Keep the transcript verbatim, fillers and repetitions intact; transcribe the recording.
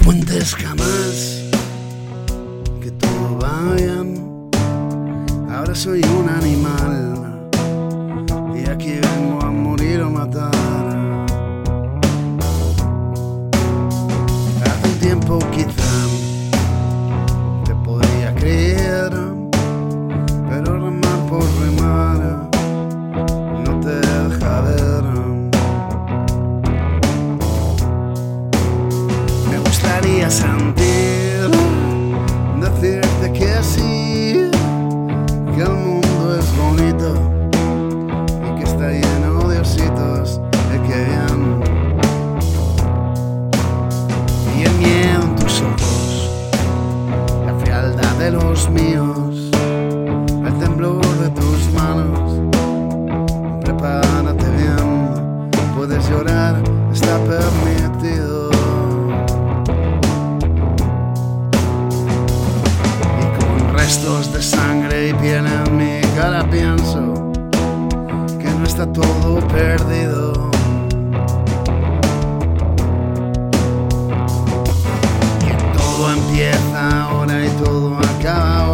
cuentes jamás que todo va bien. Ahora soy un animal y aquí vengo a morir o matar. Hace un tiempo quizá te podría creer, pero remar por remar no te deja ver. Me gustaría sentir, decirte que sí, que el mundo es bonito y que está lleno de ositos, de que bien. Y el miedo en tus ojos, la frialdad de los míos, el temblor de tus manos. Prepárate bien, puedes llorar, está permitido. Restos de sangre y piel en mi cara pienso que no está todo perdido, que todo empieza ahora y todo acaba